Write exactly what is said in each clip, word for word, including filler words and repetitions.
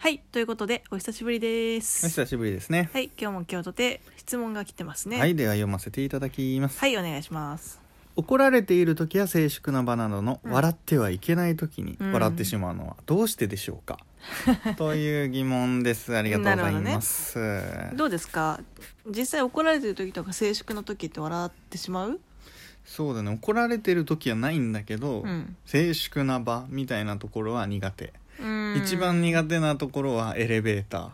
はい、ということでお久しぶりです。 お久しぶりですね。 はい、今日も今日とて質問が来てますね。 はい、では読ませていただきます。 はい、お願いします。 怒られている時や静粛な場などの笑ってはいけない時に笑ってしまうのはどうしてでしょうか、うん、という疑問です。ありがとうございます。 どね、どうですか、実際怒られている時とか静粛な時って笑ってしまう？ そうだね、怒られてる時はないんだけど、 うん、 静粛な場みたいなところは苦手。 うん一番苦手なところはエレベーター。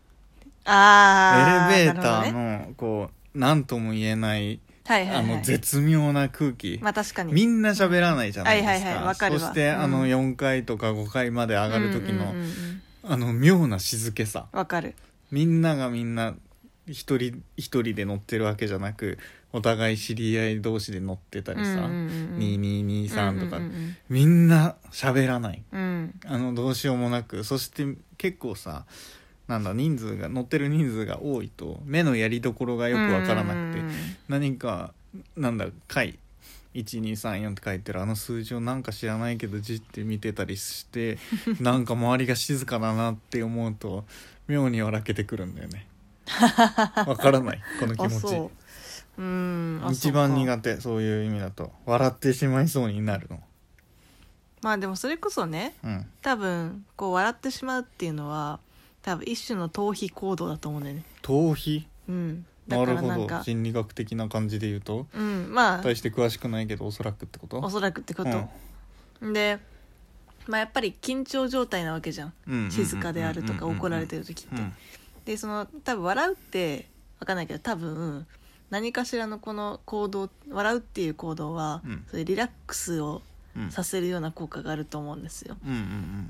あー、 エレベーターなるほどね、 のこう何とも言えない、 はいはいはい、 あの絶妙な空気、 まあ確かにみんな喋らないじゃないですか、 はいはいはい、わかるわ。 そして、うん、あのよんかいとかごかいまで上がる時の、うんうんうんうん、あの妙な静けさ、 わかる。 みんながみんな一人一人で乗ってるわけじゃなく、お互い知り合い同士で乗ってたりさ、うんうんうん、にーにーにーさんとか、うんうんうん、みんな喋らない、うん、あのどうしようもなく、そして結構さ、なんだ、人数が乗ってる人数が多いと目のやりどころがよくわからなくて、何かなんだ回いちにさんよんって書いてるあの数字をなんか知らないけどじって見てたりしてなんか周りが静かだなって思うと妙に笑けてくるんだよね。わからないこの気持ち。 うーん、 一番苦手、そういう意味だと笑ってしまいそうになるの。 まあでもそれこそね、うん、多分こう笑ってしまうっていうのは多分一種の逃避行動だと思うんだよね。 逃避、 うん、 だからなんかなるほど、心理学的な感じで言うと、 うん、まあ大して詳しくないけどおそらくってことおそらくってこと、うん、で、まあ、やっぱり緊張状態なわけじゃん、うん、静かであるとか怒られてる時って、うん、でその多分笑うって分かんないけど、多分何かしらのこの行動、笑うっていう行動は、うん、それリラックスをさせるような効果があると思うんですよ、うんうんうん、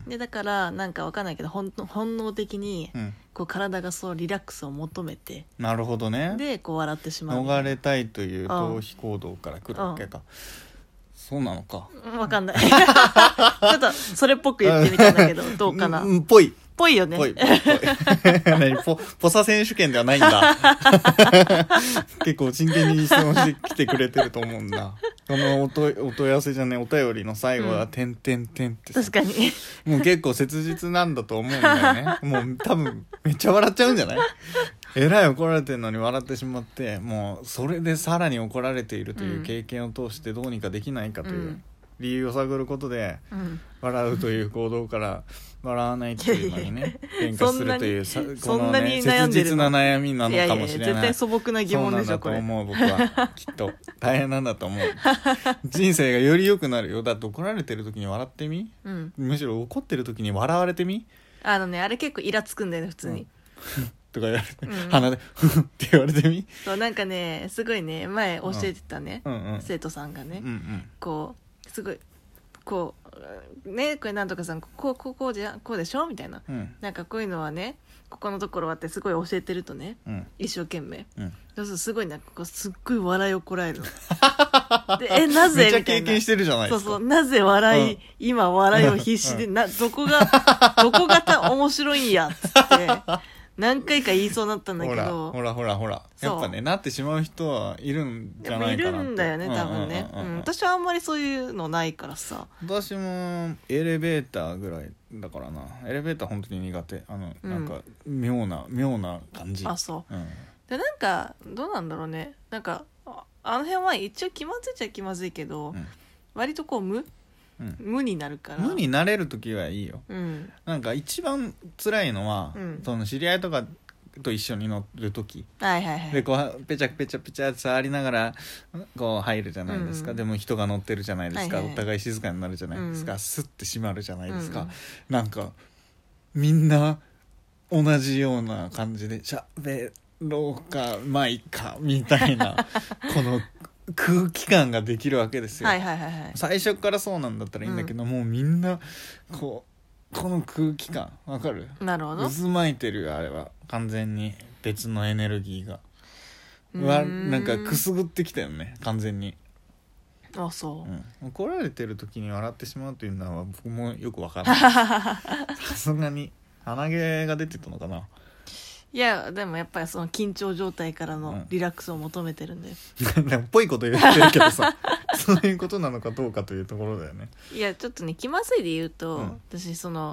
でだからなんか分かんないけど本能的にこう体がそうリラックスを求めて、 なるほどね、 でこう笑ってしまう、 逃れたいという逃避行動から来るわけか、そうなのか分かんないちょっとそれっぽく言ってみたんだけどどうかな、 うん、ぽいぽいよね。 ぽいぽい何ポポサ選手権ではないんだ結構真剣に質問してきてくれてると思うんだ。このお問い、お問い合わせじゃね、お便りの最後は点点点ってさ、 確かにもう結構切実なんだと思うんだよね。もう多分めっちゃ笑っちゃうんじゃない？えらい怒られてるのに笑ってしまって、もうそれでさらに怒られているという経験を通してどうにかできないかという理由を探ることで、うん、笑うという行動から笑わないっていうのにね変化するというさ、このね切実な悩みなのかもしれない。いやいや絶対素朴な疑問でしょこれ。 そうなんだと思う、僕はきっと大変なんだと思う人生がより良くなるよ。だって怒られてる時に笑ってみ、うん、むしろ怒ってる時に笑われてみ。 あのね、あれ結構イラつくんだよね普通に、 うんとか言われて、うん、鼻でフフって言われてみ。 そうなんかね、すごいね前教えてたね、うんうんうん、生徒さんがね、うんうん、こうすごいこうね、これなんとかさんこうこうこうじゃこうでしょみたいな、うん、なんかこういうのはねここのところはってすごい教えてるとね、うん、一生懸命、うん、そうするとすごいなんかこうすっごい笑いをこらえるでえなぜめっちゃ経験してるじゃないですか。 そうそう、なぜ笑い、うん、今笑いを必死で、うん、などこがどこがた面白いんやっつって何回か言いそうになったんだけど、 ほらほらほらほら、やっぱねなってしまう人はいるんじゃないかなって。 いるんだよね多分ね、うんうんうんうん、私はあんまりそういうのないからさ。 私もエレベーターぐらいだからな。エレベーター本当に苦手。あの、うん、なんか妙な妙な感じ。 あ、そう、うん、でなんかどうなんだろうね、なんかあの辺は一応気まずいっちゃ気まずいけど、うん、割とこう無うん、無になるから。 無になれる時はいいよ、うん、なんか一番辛いのは、うん、その知り合いとかと一緒に乗る時、 はいはいはい、 でこうペチャペチャペチャって触りながらこう入るじゃないですか、うん、でも人が乗ってるじゃないですか、はいはいはい、お互い静かになるじゃないですか、うん、スッて閉まるじゃないですか、うん、なんかみんな同じような感じでしゃべろうかまいかみたいなこの空気感ができるわけですよ、 はいはいはいはい、 最初からそうなんだったらいいんだけど、うん、もうみんなこうこの空気感わかる？ なるほど。 渦巻いてるよあれは。完全に別のエネルギーがうわなんかくすぐってきたよね完全に。 あ、そう、 うん、怒られてる時に笑ってしまうというのは僕もよくわからないさすがに鼻毛が出てたのかな。 いやでもやっぱりその緊張状態からのリラックスを求めてるんで、 うん、ぽいこと言ってるけどさそういうことなのかどうかというところだよね。 いやちょっとね気まずいで言うと、うん、私その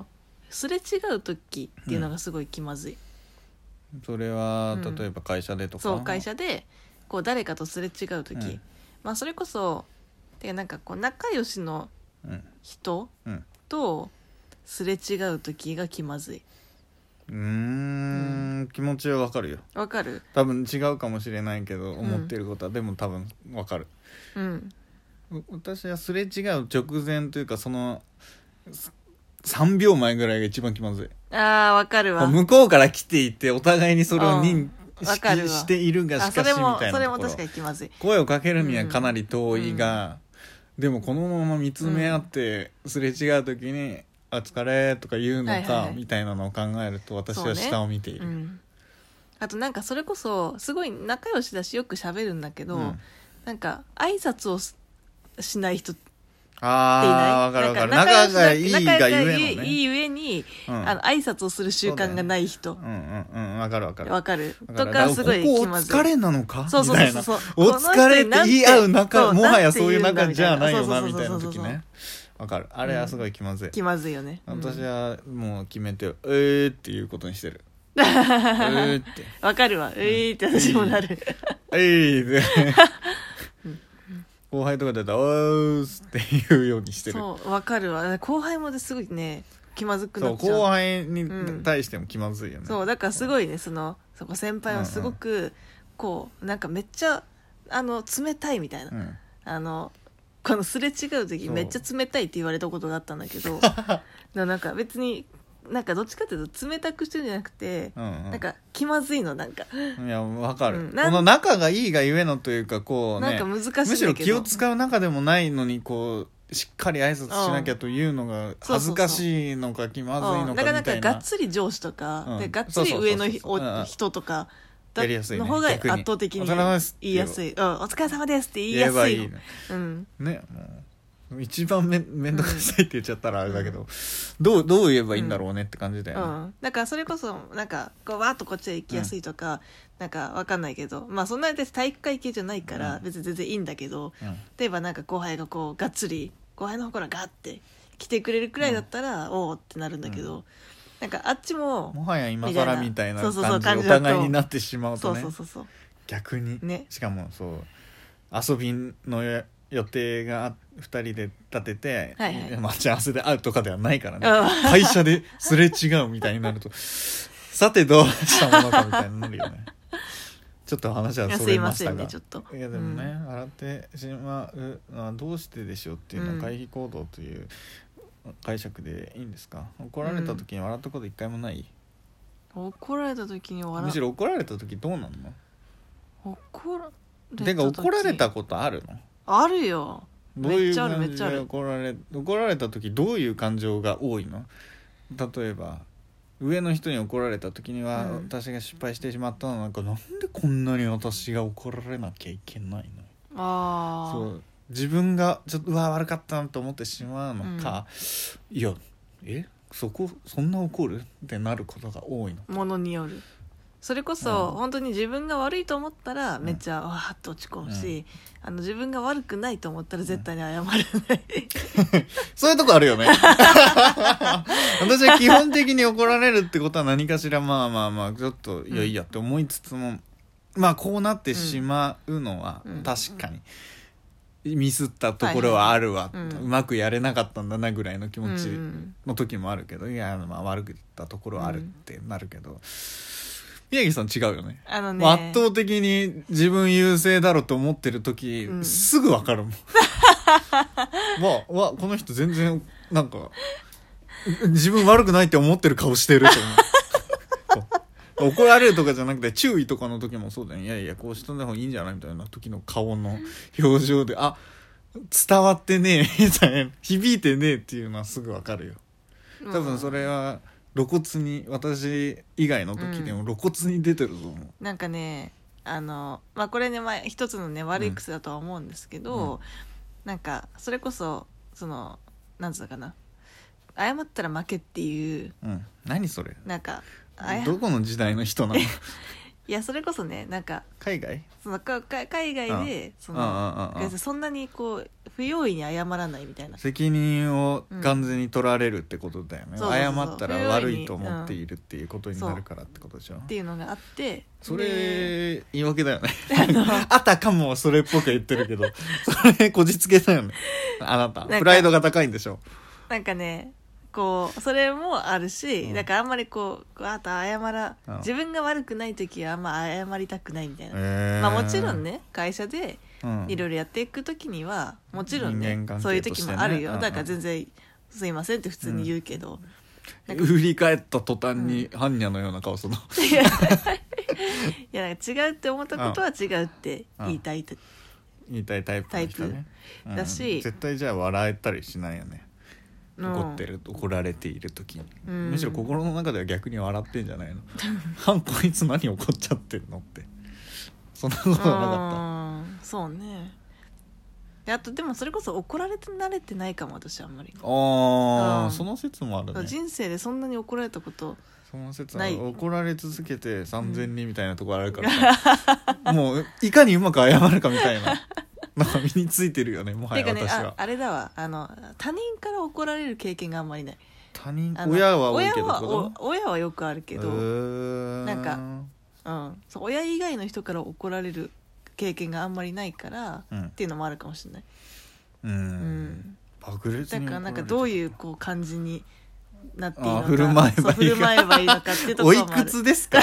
すれ違う時っていうのがすごい気まずい、 うん、それはうん例えば会社でとか、 そう会社でこう誰かとすれ違う時、うん、まあそれこそてかなんかこう仲良しの人とすれ違う時が気まずい。 うーん、うん、気持ちはわかるよ。 わかる。 多分違うかもしれないけど思ってることは、うん、でも多分わかる。 うん。 私はすれ違う直前というかそのさんびょうまえぐらいが一番気まずい。 あーわかるわ。 向こうから来ていてお互いにそれを認識しているがしかしみたいなところ。 それも確かに気まずい。 声をかけるにはかなり遠いが、うん、でもこのまま見つめ合ってすれ違う時に「あ疲れ」とか言うのか、はいはいはい、みたいなのを考えると私は下を見ている、ね、うん、 あとなんかそれこそすごい仲良しだしよく喋るんだけど、うん、なんか挨拶をしない人っていない？ あー、わかるわかる。仲がいいがゆえのね。 いいゆえに、うん、あの挨拶をする習慣がない人。 うんうんうん、わかるわかる。 わかる。とかすごい気まずい。 ここお疲れなのかそうそうそうそう。 お疲れって言い合う仲、もはやそういう仲じゃないよなみたいな時ね。わかる。あれはすごい気まずい。 気まずいよね。 私はもう決めて、えーっていうことにしてる。えーって。 わかるわ。えーって私もなる。 えーって。後輩とかだったら「おーす」って言うようにしてる。 そうわかるわ。後輩もですごいね気まずくなっちゃう。 そう後輩に対しても気まずいよね、うん、 そうだからすごいねそのそこ先輩はすごく、うんうん、こうなんかめっちゃあの冷たいみたいな、うん、あのこのすれ違う時めっちゃ冷たいって言われたことがあったんだけどなんか別になんかどっちかっていうと冷たくしてるんじゃなくて、うんうん、なんか気まずいのなんかいやわかる、うん、この仲がいいがゆえのというかこうねなんか難しいんだけどむしろ気を使う仲でもないのにこうしっかり挨拶しなきゃというのが恥ずかしいのか気まずいのかみたいな、 だからなんかがっつり上司とか、うん、でがっつり上の人とかだの方が圧倒的に言いやすい、うん、お疲れ様ですって言いやすいの。言えばいいね、うん、 ねもう一番めめんどくさいって言っちゃったらあれだけど、うん、どうどう言えばいいんだろうねって感じだよね、 うんうん、だからそれこそなんかこうわーっとこっちへ行きやすいとか、うん、なんかわかんないけどまあそんなに私体育会系じゃないから別に全然いいんだけど、うん、例えばなんか後輩がこうがっつり後輩の方からガッて来てくれるくらいだったら、うん、おおってなるんだけど、うん、なんかあっちももはや今更みたいな感じでお互いになってしまうとねそうそうそうそう逆に、 ね、 しかもそう遊びの予定がふたりで立てて、はいはい、待ち合わせで会うとかではないからね会社ですれ違うみたいになるとさてどうしたものかみたいになるよねちょっと話はそれましたが、 いや、すいませんね、ちょっといやでもね、うん、洗ってしまうのはどうしてでしょうっていうのは回避行動という解釈でいいんですか？怒られた時に笑ったこと一回もない？ うん、怒られた時に笑むしろ怒られた時どうなんの？ 怒られた時てか怒られたことあるの？ あるよ。 どういう感じで怒られ怒られた時どういう感情が多いの？例えば上の人に怒られた時には、うん、私が失敗してしまったのなんかなんでこんなに私が怒られなきゃいけないの？ あそう自分がちょっとうわ悪かったなと思ってしまうのか、うん、いやえそこそんな怒るってなることが多いの？ ものによる。それこそ、うん、本当に自分が悪いと思ったらめっちゃ、うん、わーっと落ち込むし、うん、あの自分が悪くないと思ったら絶対に謝らない、うん、 そういうとこあるよね私は基本的に怒られるってことは何かしらまあまあまあちょっといやいやって思いつつも、うん、まあこうなってしまうのは確かにミスったところはあるわ、はいはい、うまくやれなかったんだなぐらいの気持ちの時もあるけど、いやまあ悪く言ったところはあるってなるけど、うん宮城さん違うよね。 あのね圧倒的に自分優勢だろうと思ってる時、うん、すぐ分かるもんわわこの人全然なんか自分悪くないって思ってる顔してると思う怒られるとかじゃなくて注意とかの時もそうだよね。いやいやこうした方がいいんじゃないみたいな時の顔の表情であ伝わってねえみたいな響いてねえっていうのはすぐ分かるよ。多分それは、うん露骨に私以外の時でも露骨に出てると思う、うん、 なんかねあのまあこれね、まあ、一つのね悪い癖だとは思うんですけど、うん、なんかそれこそそのなんつうのかな謝ったら負けっていう、 うん、何それなんかどこの時代の人なのいいやそれこそねなんか海外そのかか海外でそうんうんうんのうんそんなにこう不用意に謝らないみたいな責任を完全に取られるってことだよね、 そうそうそう謝ったら悪いと思っているっていうことになるからってことでしょ、 っていうのがあってそでれ言い訳だよねあたかもそれっぽく言ってるけどそれこじつけだよねあなたなんかプライドが高いんでしょ。 なんかねこうそれもあるし、 うんだからあんまりこうあと謝ら、 うん自分が悪くない時はあんま謝りたくないみたいな、 えー、 まあもちろんね会社でうんいろいろやっていく時にはもちろんね人間関係そういう時もあるよ、 としてねだから全然すいませんって普通に言うけど、なんか振り返った途端に般若のような顔するの、 いやいやなんか違うって思ったことは違うって言いたいと、 言いたいタイプの人ね、 タイプだしうん絶対じゃあ笑えたりしないよね、 うん怒ってる怒られている時に、 うんむしろ心の中では逆に笑ってんじゃないのはんこいつ何怒っちゃってんのってそんなことはなかうんそうねであとでもそれこそ怒られて慣れてないかも私あんまりったああ、 うんその説もあるね。 人生でそんなに怒られたことその説はない怒られ続けてさんぜんにんみたいなところあるからさ、もういかにうまく謝るかみたいななんか身についてるよねもはていうかねや私は、 ああれだわあの他人から怒られる経験があんまりない他人あの親は多いけど親は子供お親はよくあるけど、なんかううん、そう親以外の人から怒られる経験があんまりないから、 うんっていうのもあるかもしれない、 ーん、 うん爆裂にだからなんかどういうこう感じになっていいのかあ振る舞えばいいかそう振る舞えばいいのかっていうとこおいろもあるくつですか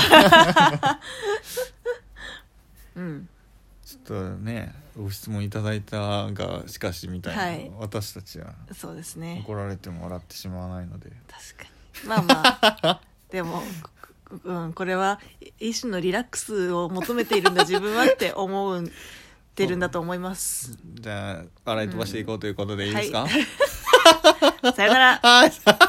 うんちょっとねご質問いただいたがしかしみたいな、 はい、 私たちはそうですね怒られても笑ってしまわないので確かにまあまあでも、うん、これは一種のリラックスを求めているんだ自分はって思ってるんだと思いますじゃあ笑い飛ばしていこうということでいいですか、 うんはいさよならはい